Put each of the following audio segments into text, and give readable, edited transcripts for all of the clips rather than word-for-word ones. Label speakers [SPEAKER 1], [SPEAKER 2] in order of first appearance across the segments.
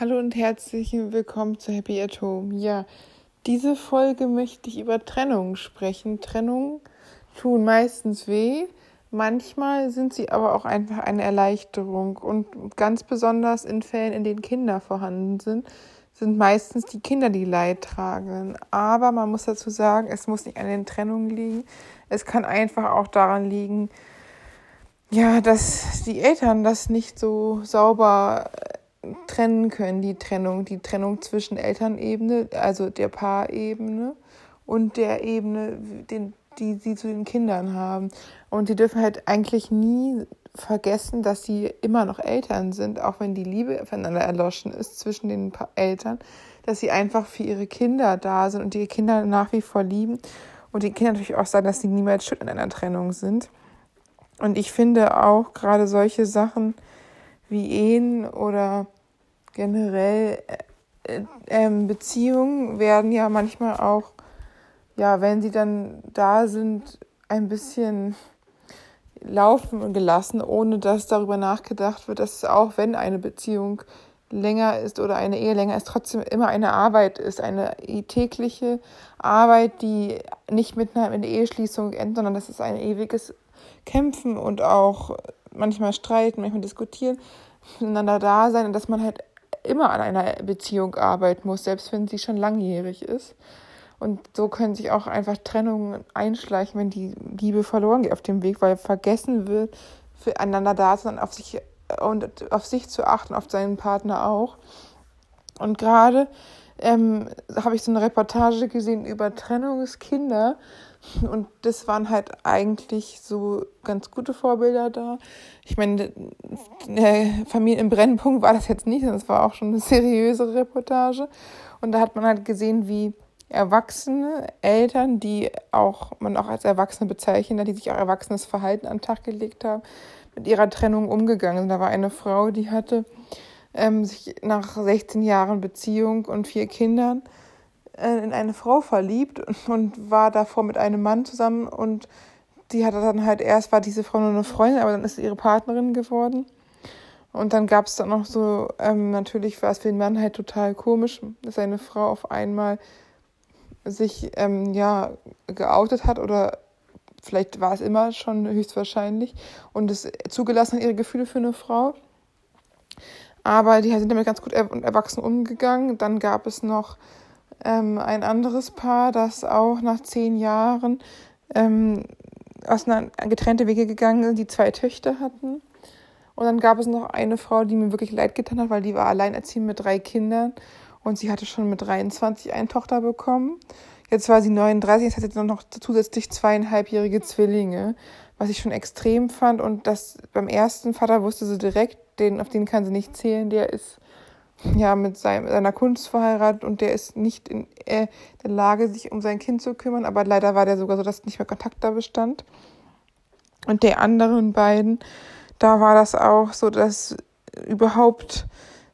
[SPEAKER 1] Hallo und herzlich willkommen zu Happy at Home. Ja, diese Folge möchte ich über Trennung sprechen. Trennungen tun meistens weh, manchmal sind sie aber auch einfach eine Erleichterung. Und ganz besonders in Fällen, in denen Kinder vorhanden sind meistens die Kinder, die Leid tragen. Aber man muss dazu sagen, es muss nicht an den Trennungen liegen. Es kann einfach auch daran liegen, ja, dass die Eltern das nicht so sauber trennen können, die Trennung zwischen Elternebene, also der Paarebene und der Ebene, die sie zu den Kindern haben. Und sie dürfen halt eigentlich nie vergessen, dass sie immer noch Eltern sind, auch wenn die Liebe voneinander erloschen ist zwischen den Eltern, dass sie einfach für ihre Kinder da sind und die Kinder nach wie vor lieben und die Kinder natürlich auch sagen, dass sie niemals schuld in einer Trennung sind. Und ich finde auch gerade solche Sachen wie Ehen oder generell Beziehungen werden ja manchmal auch, ja, wenn sie dann da sind, ein bisschen laufen gelassen, ohne dass darüber nachgedacht wird, dass auch wenn eine Beziehung länger ist oder eine Ehe länger ist, trotzdem immer eine Arbeit ist, eine tägliche Arbeit, die nicht mit einer Eheschließung endet, sondern das ist ein ewiges Kämpfen und auch manchmal streiten, manchmal diskutieren, miteinander da sein und dass man halt immer an einer Beziehung arbeiten muss, selbst wenn sie schon langjährig ist. Und so können sich auch einfach Trennungen einschleichen, wenn die Liebe verloren geht auf dem Weg, weil vergessen wird, füreinander da zu sein, auf sich zu achten, auf seinen Partner auch. Und gerade habe ich so eine Reportage gesehen über Trennungskinder. Und das waren halt eigentlich so ganz gute Vorbilder da. Ich meine, Familie im Brennpunkt war das jetzt nicht, sondern es war auch schon eine seriöse Reportage. Und da hat man halt gesehen, wie erwachsene Eltern, die man auch als Erwachsene bezeichnet, die sich auch erwachsenes Verhalten an den Tag gelegt haben, mit ihrer Trennung umgegangen sind. Da war eine Frau, die hatte sich nach 16 Jahren Beziehung und 4 Kindern in eine Frau verliebt und war davor mit einem Mann zusammen und die hatte dann halt war diese Frau nur eine Freundin, aber dann ist sie ihre Partnerin geworden. Und dann gab es dann noch so, natürlich war es für den Mann halt total komisch, dass seine Frau auf einmal sich geoutet hat oder vielleicht war es immer schon höchstwahrscheinlich und es zugelassen hat, ihre Gefühle für eine Frau. Aber die sind damit ganz gut und erwachsen umgegangen. Dann gab es noch ein anderes Paar, das auch nach 10 Jahren getrennte Wege gegangen sind, die 2 Töchter hatten. Und dann gab es noch eine Frau, die mir wirklich leid getan hat, weil die war alleinerziehend mit 3 Kindern und sie hatte schon mit 23 eine Tochter bekommen. Jetzt war sie 39, jetzt hat sie dann noch zusätzlich 2,5-jährige Zwillinge, was ich schon extrem fand. Und das beim ersten Vater wusste sie direkt, auf den kann sie nicht zählen, der ist ja mit seiner Kunst verheiratet und der ist nicht in der Lage, sich um sein Kind zu kümmern. Aber leider war der sogar so, dass nicht mehr Kontakt da bestand. Und der anderen beiden, da war das auch so, dass überhaupt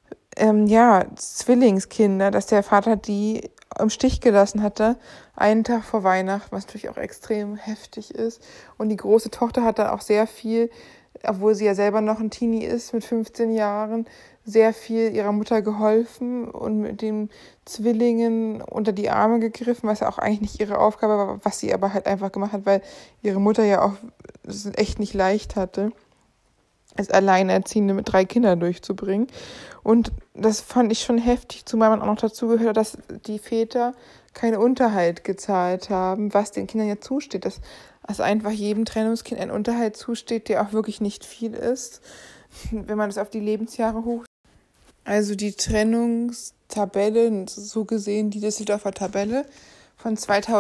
[SPEAKER 1] Zwillingskinder, dass der Vater die im Stich gelassen hatte, einen Tag vor Weihnachten, was natürlich auch extrem heftig ist. Und die große Tochter hat dann auch sehr viel, obwohl sie ja selber noch ein Teenie ist, mit 15 Jahren, sehr viel ihrer Mutter geholfen und mit den Zwillingen unter die Arme gegriffen, was ja auch eigentlich nicht ihre Aufgabe war, was sie aber halt einfach gemacht hat, weil ihre Mutter ja auch es echt nicht leicht hatte, als Alleinerziehende mit 3 Kindern durchzubringen. Und das fand ich schon heftig, zumal man auch noch dazu gehört, dass die Väter keinen Unterhalt gezahlt haben, was den Kindern ja zusteht. Dass einfach jedem Trennungskind ein Unterhalt zusteht, der auch wirklich nicht viel ist, wenn man das auf die Lebensjahre hoch. Also die Trennungstabelle, so gesehen die Düsseldorfer Tabelle von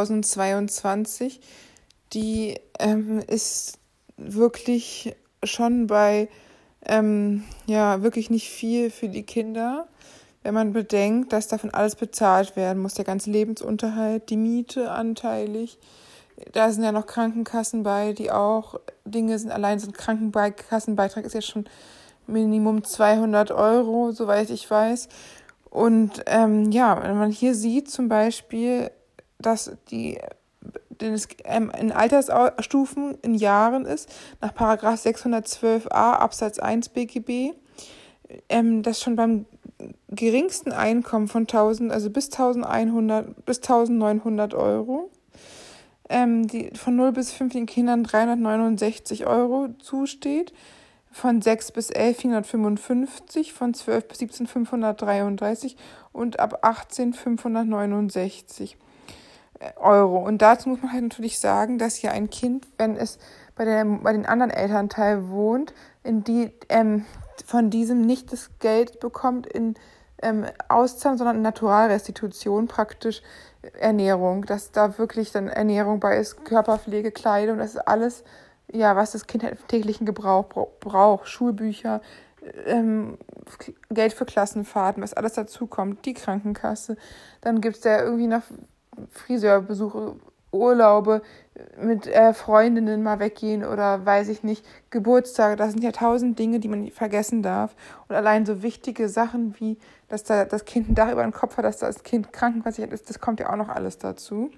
[SPEAKER 1] 2022, die ist wirklich schon bei wirklich nicht viel für die Kinder, wenn man bedenkt, dass davon alles bezahlt werden muss, der ganze Lebensunterhalt, die Miete anteilig. Da sind ja noch Krankenkassen bei, die auch Dinge sind. Allein so ein Krankenkassenbeitrag ist ja schon Minimum 200 Euro, soweit ich weiß. Und wenn man hier sieht zum Beispiel, dass es in Altersstufen in Jahren ist, nach Paragraph 612a Absatz 1 BGB, das schon beim geringsten Einkommen von 1000, also bis 1100, bis 1900 Euro, die von 0 bis 15 Kindern 369 Euro zusteht, von 6 bis 11 455, von 12 bis 17 533 und ab 18 569 Euro. Und dazu muss man halt natürlich sagen, dass ja ein Kind, wenn es bei den anderen Elternteil wohnt, von diesem nicht das Geld bekommt in Auszahlung, sondern in Naturalrestitution, praktisch Ernährung, dass da wirklich dann Ernährung bei ist, Körperpflege, Kleidung, das ist alles, ja, was das Kind halt im täglichen Gebrauch braucht, Schulbücher, Geld für Klassenfahrten, was alles dazu kommt, die Krankenkasse, dann gibt es da irgendwie noch Friseurbesuche, Urlaube, mit Freundinnen mal weggehen oder weiß ich nicht, Geburtstage, das sind ja 1000 Dinge, die man nicht vergessen darf. Und allein so wichtige Sachen wie, dass da das Kind ein Dach über den Kopf hat, dass das Kind krankenversichert ist, das kommt ja auch noch alles dazu.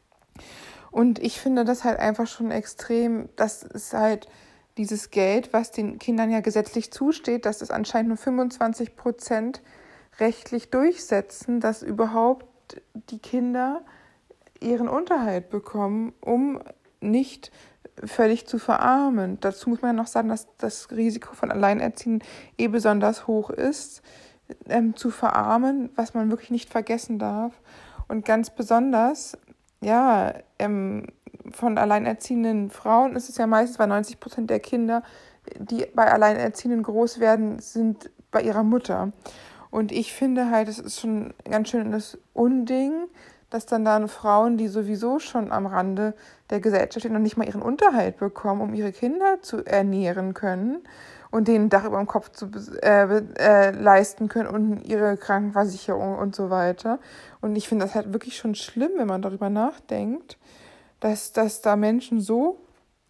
[SPEAKER 1] Und ich finde das halt einfach schon extrem, dass es halt dieses Geld, was den Kindern ja gesetzlich zusteht, dass es anscheinend nur 25% rechtlich durchsetzen, dass überhaupt die Kinder ihren Unterhalt bekommen, um nicht völlig zu verarmen. Dazu muss man ja noch sagen, dass das Risiko von Alleinerziehenden besonders hoch ist, zu verarmen, was man wirklich nicht vergessen darf. Und ganz besonders, ja, von alleinerziehenden Frauen ist es ja meistens, weil 90% der Kinder, die bei Alleinerziehenden groß werden, sind bei ihrer Mutter. Und ich finde halt, es ist schon ein ganz schönes Unding, dass dann da Frauen, die sowieso schon am Rande der Gesellschaft stehen, noch nicht mal ihren Unterhalt bekommen, um ihre Kinder zu ernähren können und denen ein Dach über dem Kopf zu leisten können und ihre Krankenversicherung und so weiter. Und ich finde das halt wirklich schon schlimm, wenn man darüber nachdenkt, dass da Menschen so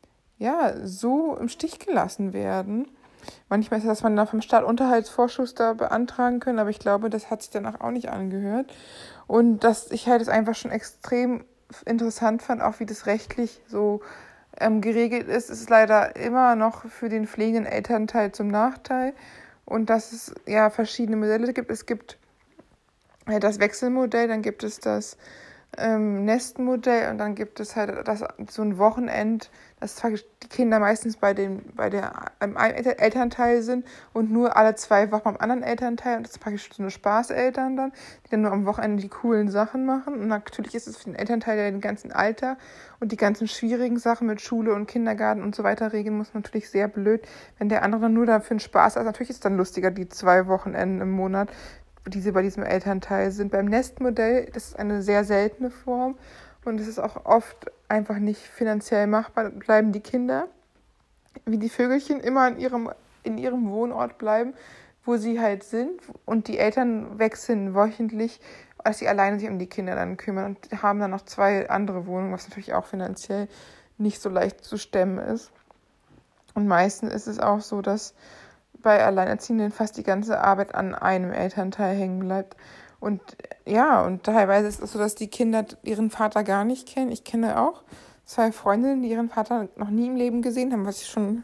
[SPEAKER 1] im Stich gelassen werden. Manchmal ist es, dass man da vom Staat Unterhaltsvorschuss da beantragen können, aber ich glaube, das hat sich danach auch nicht angehört. Und dass ich halt es einfach schon extrem interessant fand, auch wie das rechtlich so geregelt ist. Es ist leider immer noch für den pflegenden Elternteil zum Nachteil. Und dass es ja verschiedene Modelle gibt. Es gibt das Wechselmodell, dann gibt es das Nestmodell und dann gibt es halt so ein Wochenend, dass die Kinder meistens beim Elternteil sind und nur alle 2 Wochen beim anderen Elternteil, und das ist praktisch so eine Spaßeltern dann, die dann nur am Wochenende die coolen Sachen machen. Und natürlich ist es für den Elternteil, der den ganzen Alltag und die ganzen schwierigen Sachen mit Schule und Kindergarten und so weiter regeln muss, natürlich sehr blöd, wenn der andere dann nur dafür einen Spaß hat. Also natürlich ist es dann lustiger, die 2 Wochenenden im Monat, die sie bei diesem Elternteil sind. Beim Nestmodell, das ist eine sehr seltene Form und es ist auch oft einfach nicht finanziell machbar, bleiben die Kinder wie die Vögelchen immer in ihrem Wohnort bleiben, wo sie halt sind, und die Eltern wechseln wöchentlich, als sie alleine sich um die Kinder dann kümmern und haben dann noch 2 andere Wohnungen, was natürlich auch finanziell nicht so leicht zu stemmen ist. Und meistens ist es auch so, dass bei Alleinerziehenden fast die ganze Arbeit an einem Elternteil hängen bleibt. Und ja, und teilweise ist es so, dass die Kinder ihren Vater gar nicht kennen. Ich kenne auch 2 Freundinnen, die ihren Vater noch nie im Leben gesehen haben, was ich schon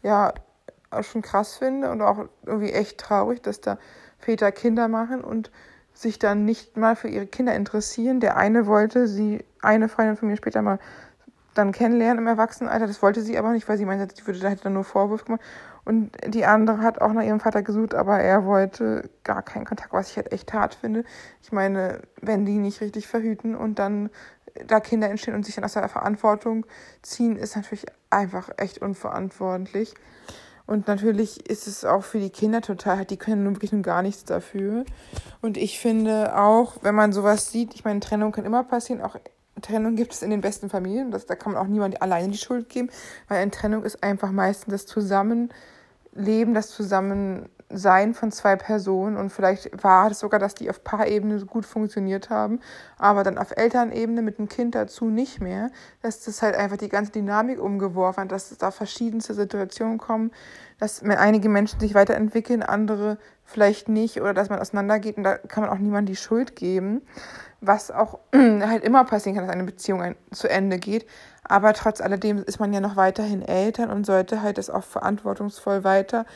[SPEAKER 1] krass finde und auch irgendwie echt traurig, dass da Väter Kinder machen und sich dann nicht mal für ihre Kinder interessieren. Der eine wollte eine Freundin von mir später mal dann kennenlernen im Erwachsenenalter, das wollte sie aber nicht, weil sie meinte, sie hätte dann nur Vorwürfe gemacht. Und die andere hat auch nach ihrem Vater gesucht, aber er wollte gar keinen Kontakt, was ich halt echt hart finde. Ich meine, wenn die nicht richtig verhüten und dann da Kinder entstehen und sich dann aus der Verantwortung ziehen, ist natürlich einfach echt unverantwortlich. Und natürlich ist es auch für die Kinder total, die können nun wirklich gar nichts dafür. Und ich finde auch, wenn man sowas sieht, ich meine, Trennung kann immer passieren, auch Trennung gibt es in den besten Familien, da kann man auch niemand alleine die Schuld geben, weil eine Trennung ist einfach meistens das Zusammenleben, das Zusammensein von 2 Personen, und vielleicht war es sogar, dass die auf Paarebene so gut funktioniert haben, aber dann auf Elternebene mit dem Kind dazu nicht mehr, dass das halt einfach die ganze Dynamik umgeworfen hat, dass es da verschiedenste Situationen kommen, dass einige Menschen sich weiterentwickeln, andere vielleicht nicht, oder dass man auseinandergeht, und da kann man auch niemandem die Schuld geben, was auch halt immer passieren kann, dass eine Beziehung zu Ende geht. Aber trotz alledem ist man ja noch weiterhin Eltern und sollte halt das auch verantwortungsvoll weiter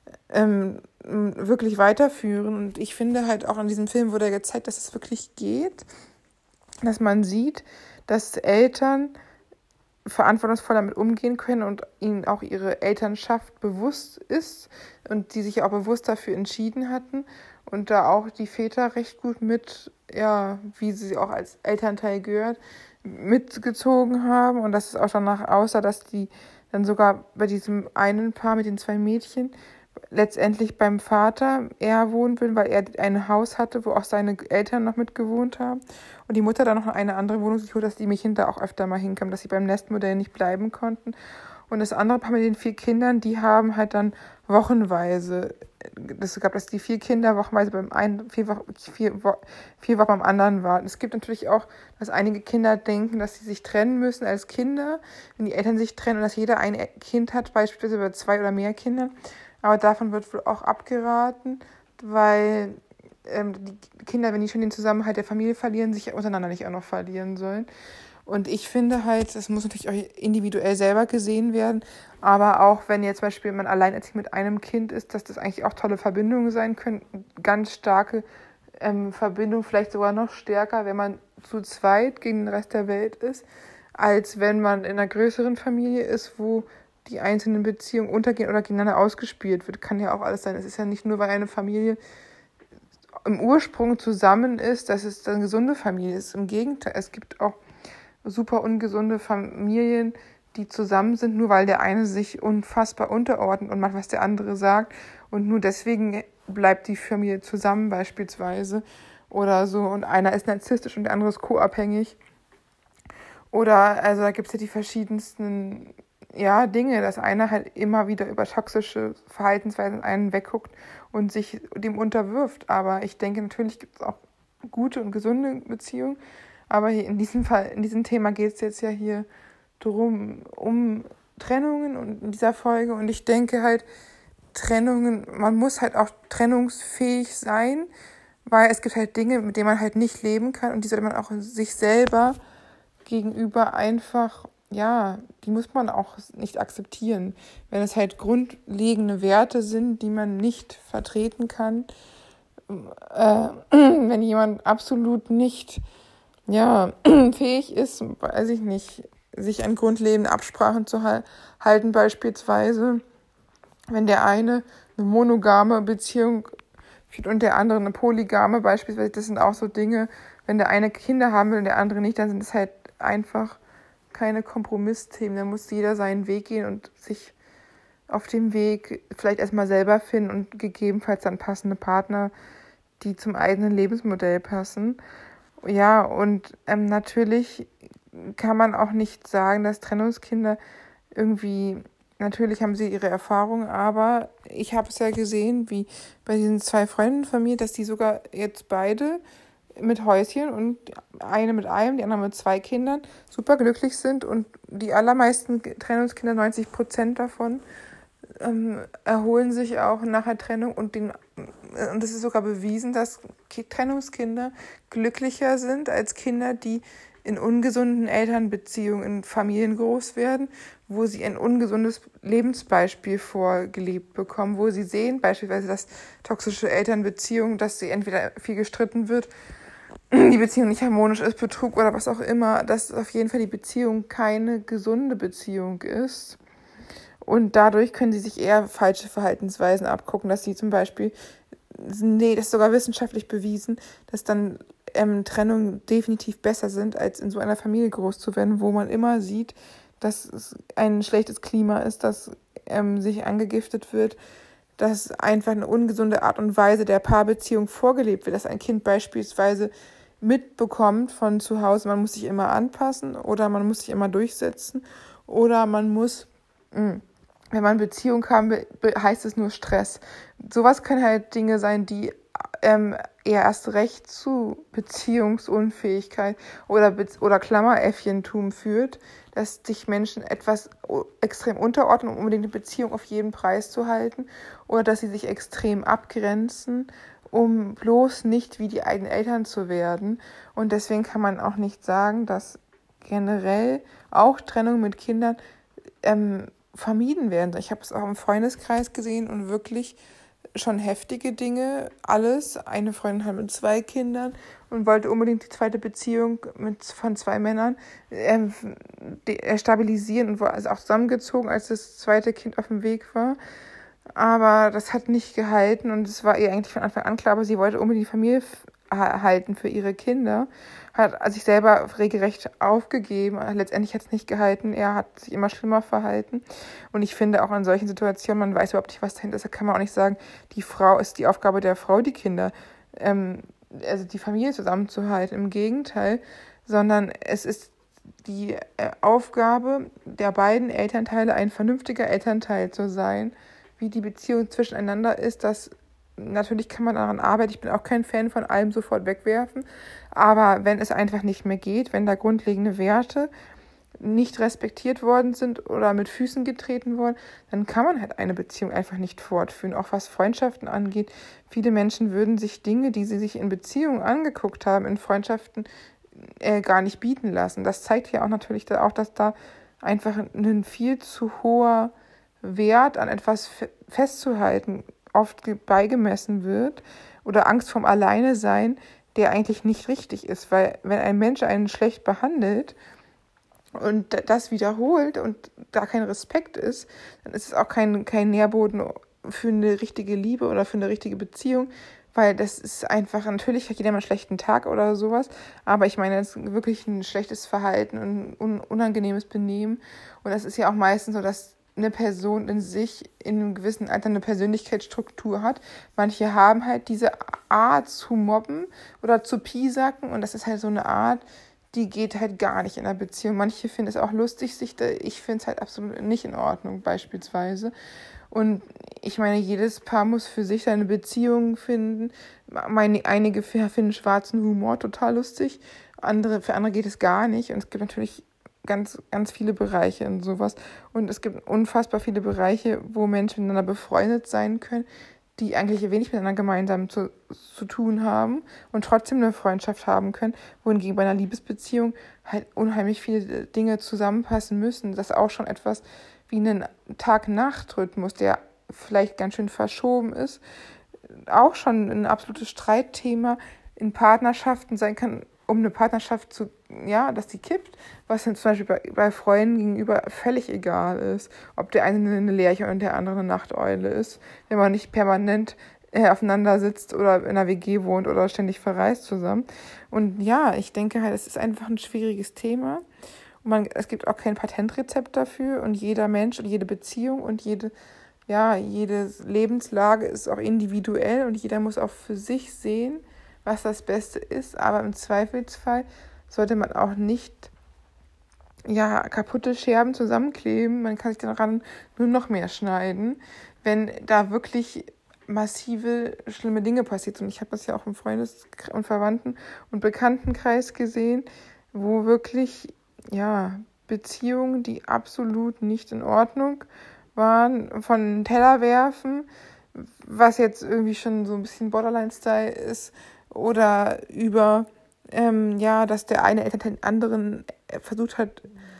[SPEAKER 1] wirklich weiterführen. Und ich finde halt auch an diesem Film wurde ja gezeigt, dass es wirklich geht, dass man sieht, dass Eltern verantwortungsvoll damit umgehen können und ihnen auch ihre Elternschaft bewusst ist und die sich auch bewusst dafür entschieden hatten und da auch die Väter recht gut mit, ja, wie sie auch als Elternteil gehört, mitgezogen haben und dass es auch danach aussah, dass die dann sogar bei diesem einen Paar mit den 2 Mädchen letztendlich beim Vater eher wohnen will, weil er ein Haus hatte, wo auch seine Eltern noch mit gewohnt haben. Und die Mutter dann noch eine andere Wohnung sich holt, dass die Mädchen da auch öfter mal hinkamen, dass sie beim Nestmodell nicht bleiben konnten. Und das andere Paar mit den 4 Kindern, die haben halt dann wochenweise, das gab, dass die 4 Kinder wochenweise beim einen, 4 Wochen beim anderen waren. Es gibt natürlich auch, dass einige Kinder denken, dass sie sich trennen müssen als Kinder, wenn die Eltern sich trennen und dass jeder ein Kind hat, beispielsweise bei 2 oder mehr Kindern. Aber davon wird wohl auch abgeraten, weil die Kinder, wenn die schon den Zusammenhalt der Familie verlieren, sich untereinander nicht auch noch verlieren sollen. Und ich finde halt, das muss natürlich auch individuell selber gesehen werden, aber auch wenn jetzt zum Beispiel man alleinerziehend mit einem Kind ist, dass das eigentlich auch tolle Verbindungen sein können, ganz starke Verbindung, vielleicht sogar noch stärker, wenn man zu zweit gegen den Rest der Welt ist, als wenn man in einer größeren Familie ist, wo die einzelnen Beziehungen untergehen oder gegeneinander ausgespielt wird. Kann ja auch alles sein. Es ist ja nicht nur, weil eine Familie im Ursprung zusammen ist, dass es eine gesunde Familie ist. Im Gegenteil, es gibt auch super ungesunde Familien, die zusammen sind, nur weil der eine sich unfassbar unterordnet und macht, was der andere sagt. Und nur deswegen bleibt die Familie zusammen beispielsweise oder so. Und einer ist narzisstisch und der andere ist co-abhängig. Oder, also da gibt es ja die verschiedensten Dinge, dass einer halt immer wieder über toxische Verhaltensweisen einen wegguckt und sich dem unterwirft. Aber ich denke, natürlich gibt es auch gute und gesunde Beziehungen. Aber hier in diesem Fall, in diesem Thema geht es jetzt ja hier um Trennungen und in dieser Folge. Und ich denke halt, Trennungen, man muss halt auch trennungsfähig sein, weil es gibt halt Dinge, mit denen man halt nicht leben kann und die sollte man auch sich selber gegenüber einfach, die muss man auch nicht akzeptieren. Wenn es halt grundlegende Werte sind, die man nicht vertreten kann, wenn jemand absolut nicht, fähig ist, weiß ich nicht, sich an grundlegende Absprachen zu halten, beispielsweise, wenn der eine monogame Beziehung führt und der andere eine polygame, beispielsweise, das sind auch so Dinge, wenn der eine Kinder haben will und der andere nicht, dann sind es halt einfach keine Kompromissthemen. Da muss jeder seinen Weg gehen und sich auf dem Weg vielleicht erstmal selber finden und gegebenenfalls dann passende Partner, die zum eigenen Lebensmodell passen. Ja, und natürlich kann man auch nicht sagen, dass Trennungskinder irgendwie, natürlich haben sie ihre Erfahrungen, aber ich habe es ja gesehen, wie bei diesen 2 Freunden von mir, dass die sogar jetzt beide mit Häuschen und eine mit einem, die andere mit 2 Kindern super glücklich sind und die allermeisten Trennungskinder, 90% davon, erholen sich auch nach der Trennung und es ist sogar bewiesen, dass Trennungskinder glücklicher sind als Kinder, die in ungesunden Elternbeziehungen, in Familien groß werden, wo sie ein ungesundes Lebensbeispiel vorgelebt bekommen, wo sie sehen, beispielsweise, dass toxische Elternbeziehungen, dass sie entweder viel gestritten wird, die Beziehung nicht harmonisch ist, Betrug oder was auch immer, dass auf jeden Fall die Beziehung keine gesunde Beziehung ist. Und dadurch können sie sich eher falsche Verhaltensweisen abgucken, dass sie zum Beispiel, das ist sogar wissenschaftlich bewiesen, dass dann Trennungen definitiv besser sind, als in so einer Familie groß zu werden, wo man immer sieht, dass es ein schlechtes Klima ist, dass sich angegiftet wird, dass einfach eine ungesunde Art und Weise der Paarbeziehung vorgelebt wird, dass ein Kind beispielsweise mitbekommt von zu Hause, man muss sich immer anpassen oder man muss sich immer durchsetzen oder man muss, wenn man Beziehung haben will, heißt es nur Stress. Sowas können halt Dinge sein, die eher erst recht zu Beziehungsunfähigkeit oder Klammeräffchentum führt, dass sich Menschen etwas extrem unterordnen, um unbedingt eine Beziehung auf jeden Preis zu halten oder dass sie sich extrem abgrenzen, um bloß nicht wie die eigenen Eltern zu werden. Und deswegen kann man auch nicht sagen, dass generell auch Trennung mit Kindern vermieden werden soll. Ich habe es auch im Freundeskreis gesehen und wirklich schon heftige Dinge, alles. Eine Freundin hat mit 2 Kindern und wollte unbedingt die zweite Beziehung von 2 Männern stabilisieren und war also auch zusammengezogen, als das zweite Kind auf dem Weg war. Aber das hat nicht gehalten und es war ihr eigentlich von Anfang an klar, aber sie wollte unbedingt die Familie halten für ihre Kinder, hat sich selber regelrecht aufgegeben. Letztendlich hat es nicht gehalten, er hat sich immer schlimmer verhalten. Und ich finde auch in solchen Situationen, man weiß überhaupt nicht, was dahinter ist, da kann man auch nicht sagen, die Aufgabe der Frau, die Kinder, also die Familie zusammenzuhalten. Im Gegenteil, sondern es ist die Aufgabe der beiden Elternteile, ein vernünftiger Elternteil zu sein, wie die Beziehung zwischeneinander ist, das natürlich kann man daran arbeiten. Ich bin auch kein Fan von allem sofort wegwerfen. Aber wenn es einfach nicht mehr geht, wenn da grundlegende Werte nicht respektiert worden sind oder mit Füßen getreten worden, dann kann man halt eine Beziehung einfach nicht fortführen. Auch was Freundschaften angeht. Viele Menschen würden sich Dinge, die sie sich in Beziehungen angeguckt haben, in Freundschaften gar nicht bieten lassen. Das zeigt ja auch natürlich auch, dass da einfach ein viel zu hoher Wert an etwas festzuhalten oft beigemessen wird oder Angst vorm Alleinesein, der eigentlich nicht richtig ist. Weil wenn ein Mensch einen schlecht behandelt und das wiederholt und da kein Respekt ist, dann ist es auch kein Nährboden für eine richtige Liebe oder für eine richtige Beziehung, weil das ist einfach, natürlich hat jeder mal einen schlechten Tag oder sowas, aber ich meine, das ist wirklich ein schlechtes Verhalten und unangenehmes Benehmen und das ist ja auch meistens so, dass eine Person in sich in einem gewissen Alter eine Persönlichkeitsstruktur hat. Manche haben halt diese Art zu mobben oder zu piesacken und das ist halt so eine Art, die geht halt gar nicht in einer Beziehung. Manche finden es auch lustig, ich finde es halt absolut nicht in Ordnung beispielsweise. Und ich meine, jedes Paar muss für sich seine Beziehung finden. Einige finden schwarzen Humor total lustig, für andere geht es gar nicht und es gibt natürlich ganz, ganz viele Bereiche in sowas. Und es gibt unfassbar viele Bereiche, wo Menschen miteinander befreundet sein können, die eigentlich wenig miteinander gemeinsam zu tun haben und trotzdem eine Freundschaft haben können, wohingegen bei einer Liebesbeziehung halt unheimlich viele Dinge zusammenpassen müssen. Das ist auch schon etwas wie ein Tag-Nacht-Rhythmus, der vielleicht ganz schön verschoben ist, auch schon ein absolutes Streitthema in Partnerschaften sein kann, um eine Partnerschaft dass die kippt, was dann zum Beispiel bei Freunden gegenüber völlig egal ist, ob der eine eine Lerche und der andere eine Nachteule ist, wenn man nicht permanent aufeinander sitzt oder in einer WG wohnt oder ständig verreist zusammen. Und ja, ich denke halt, es ist einfach ein schwieriges Thema. Und es gibt auch kein Patentrezept dafür und jeder Mensch und jede Beziehung und jede Lebenslage ist auch individuell und jeder muss auch für sich sehen, was das Beste ist, aber im Zweifelsfall sollte man auch nicht kaputte Scherben zusammenkleben. Man kann sich daran nur noch mehr schneiden, wenn da wirklich massive, schlimme Dinge passiert sind. Ich habe das ja auch im Freundes- und Verwandten- und Bekanntenkreis gesehen, wo wirklich, Beziehungen, die absolut nicht in Ordnung waren, von den Teller werfen, was jetzt irgendwie schon so ein bisschen Borderline-Style ist, oder über, dass der eine Elternteil den anderen versucht hat,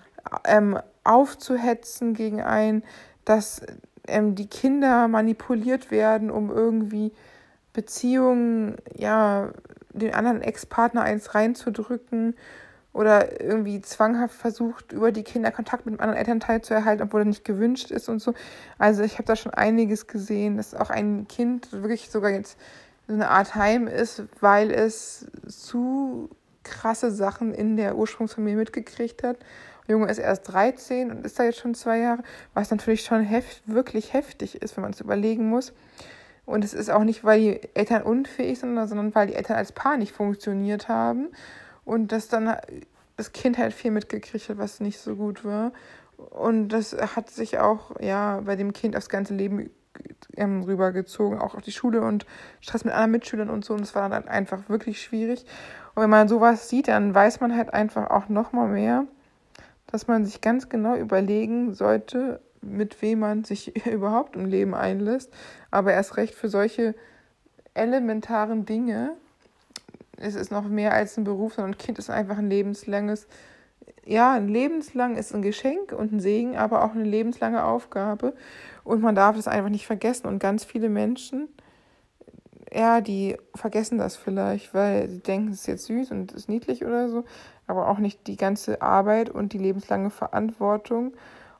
[SPEAKER 1] aufzuhetzen gegen einen, dass die Kinder manipuliert werden, um irgendwie Beziehungen, den anderen Ex-Partner eins reinzudrücken oder irgendwie zwanghaft versucht, über die Kinder Kontakt mit dem anderen Elternteil zu erhalten, obwohl er nicht gewünscht ist und so. Also ich habe da schon einiges gesehen, dass auch ein Kind wirklich sogar jetzt so eine Art Heim ist, weil es zu krasse Sachen in der Ursprungsfamilie mitgekriegt hat. Der Junge ist erst 13 und ist da jetzt schon 2 Jahre, was natürlich schon wirklich heftig ist, wenn man es überlegen muss. Und es ist auch nicht, weil die Eltern unfähig sind, sondern weil die Eltern als Paar nicht funktioniert haben und dass dann das Kind halt viel mitgekriegt hat, was nicht so gut war. Und das hat sich auch bei dem Kind aufs ganze Leben rübergezogen, auch auf die Schule und Stress mit anderen Mitschülern und so. Und das war dann einfach wirklich schwierig. Und wenn man sowas sieht, dann weiß man halt einfach auch noch mal mehr, dass man sich ganz genau überlegen sollte, mit wem man sich überhaupt im Leben einlässt. Aber erst recht für solche elementaren Dinge. Es ist noch mehr als ein Beruf, sondern ein Kind ist einfach ein lebenslanges ja, ein lebenslang ist ein Geschenk und ein Segen, aber auch eine lebenslange Aufgabe. Und man darf das einfach nicht vergessen. Und ganz viele Menschen, ja, die vergessen das vielleicht, weil sie denken, es ist jetzt süß und ist niedlich oder so, aber auch nicht die ganze Arbeit und die lebenslange Verantwortung.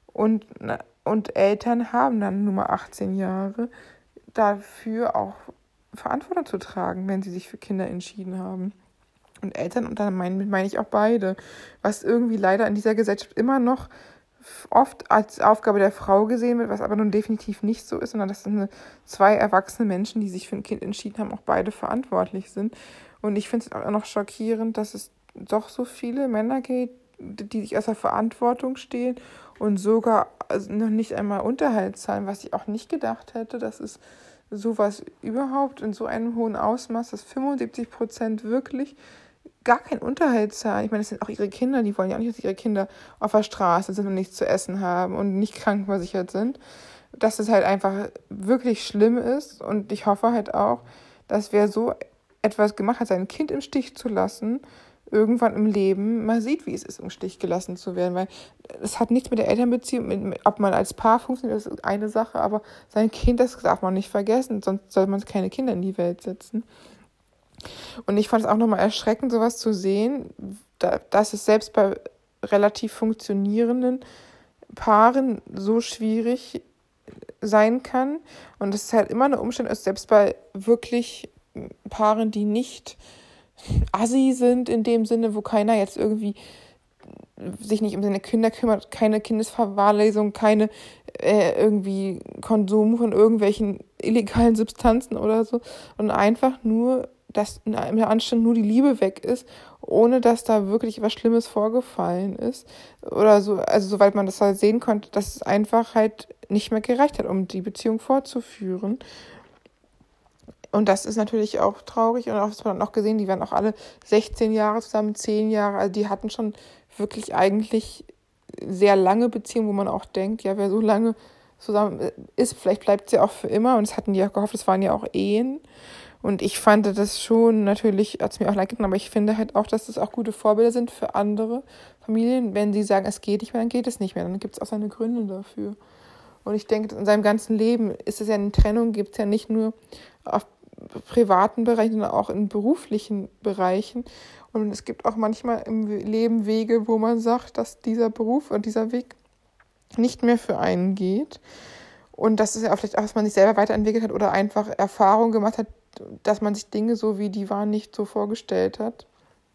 [SPEAKER 1] Und Eltern haben dann nur mal 18 Jahre dafür auch Verantwortung zu tragen, wenn sie sich für Kinder entschieden haben. Und Eltern, und dann meine ich auch beide, was irgendwie leider in dieser Gesellschaft immer noch oft als Aufgabe der Frau gesehen wird, was aber nun definitiv nicht so ist, sondern dass zwei erwachsene Menschen, die sich für ein Kind entschieden haben, auch beide verantwortlich sind. Und ich finde es auch noch schockierend, dass es doch so viele Männer gibt, die sich aus der Verantwortung stehen und sogar noch nicht einmal Unterhalt zahlen, was ich auch nicht gedacht hätte, dass es sowas überhaupt in so einem hohen Ausmaß, dass 75% wirklich gar keinen Unterhalt zahlen. Ich meine, das sind auch ihre Kinder, die wollen ja auch nicht, dass ihre Kinder auf der Straße sind und nichts zu essen haben und nicht krankenversichert sind. Dass es halt einfach wirklich schlimm ist und ich hoffe halt auch, dass wer so etwas gemacht hat, sein Kind im Stich zu lassen, irgendwann im Leben mal sieht, wie es ist, im Stich gelassen zu werden, weil es hat nichts mit der Elternbeziehung, ob man als Paar funktioniert, das ist eine Sache, aber sein Kind, das darf man nicht vergessen, sonst soll man keine Kinder in die Welt setzen. Und ich fand es auch nochmal erschreckend, sowas zu sehen, dass es selbst bei relativ funktionierenden Paaren so schwierig sein kann. Und es ist halt immer eine Umstand ist, selbst bei wirklich Paaren, die nicht assi sind in dem Sinne, wo keiner jetzt irgendwie sich nicht um seine Kinder kümmert, keine Kindesverwahrlosung, keine irgendwie Konsum von irgendwelchen illegalen Substanzen oder so und einfach nur, dass im Anstand nur die Liebe weg ist, ohne dass da wirklich was Schlimmes vorgefallen ist oder so, also soweit man das halt sehen konnte, dass es einfach halt nicht mehr gereicht hat, um die Beziehung fortzuführen. Und das ist natürlich auch traurig und auch, das hat man auch gesehen, die waren auch alle 16 Jahre zusammen, 10 Jahre, also die hatten schon wirklich eigentlich sehr lange Beziehungen, wo man auch denkt, ja, wer so lange zusammen ist, vielleicht bleibt sie auch für immer und das hatten die auch gehofft, das waren ja auch Ehen und ich fand das schon, natürlich hat es mir auch leid getan, aber ich finde halt auch, dass das auch gute Vorbilder sind für andere Familien, wenn sie sagen, es geht nicht mehr, dann geht es nicht mehr, dann gibt es auch seine Gründe dafür. Und ich denke, in seinem ganzen Leben ist es ja eine Trennung, gibt es ja nicht nur auf privaten Bereichen, sondern auch in beruflichen Bereichen. Und es gibt auch manchmal im Leben Wege, wo man sagt, dass dieser Beruf und dieser Weg nicht mehr für einen geht. Und das ist ja auch vielleicht auch, dass man sich selber weiterentwickelt hat oder einfach Erfahrung gemacht hat, dass man sich Dinge so, wie die waren, nicht so vorgestellt hat.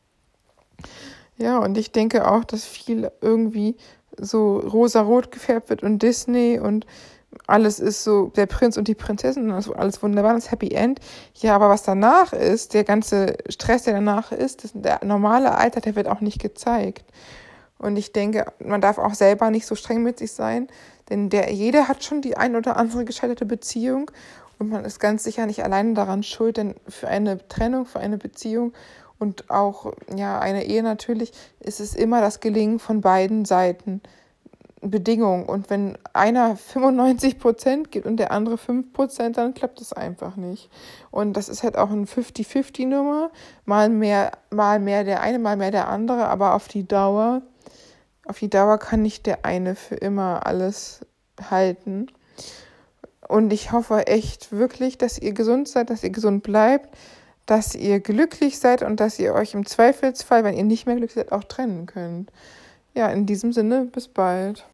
[SPEAKER 1] Ja, und ich denke auch, dass viel irgendwie so rosa-rot gefärbt wird und Disney und alles ist so der Prinz und die Prinzessin und alles wunderbar, das Happy End. Ja, aber was danach ist, der ganze Stress, der danach ist, der normale Alltag, der wird auch nicht gezeigt. Und ich denke, man darf auch selber nicht so streng mit sich sein, denn jeder hat schon die ein oder andere gescheiterte Beziehung und man ist ganz sicher nicht alleine daran schuld, denn für eine Trennung, für eine Beziehung und auch ja eine Ehe natürlich ist es immer das Gelingen von beiden Seiten Bedingung. Und wenn einer 95% gibt und der andere 5%, dann klappt es einfach nicht. Und das ist halt auch eine 50-50-Nummer. Mal mehr der eine, mal mehr der andere, aber auf die Dauer kann nicht der eine für immer alles halten. Und ich hoffe echt wirklich, dass ihr gesund seid, dass ihr gesund bleibt, dass ihr glücklich seid und dass ihr euch im Zweifelsfall, wenn ihr nicht mehr glücklich seid, auch trennen könnt. Ja, in diesem Sinne, bis bald.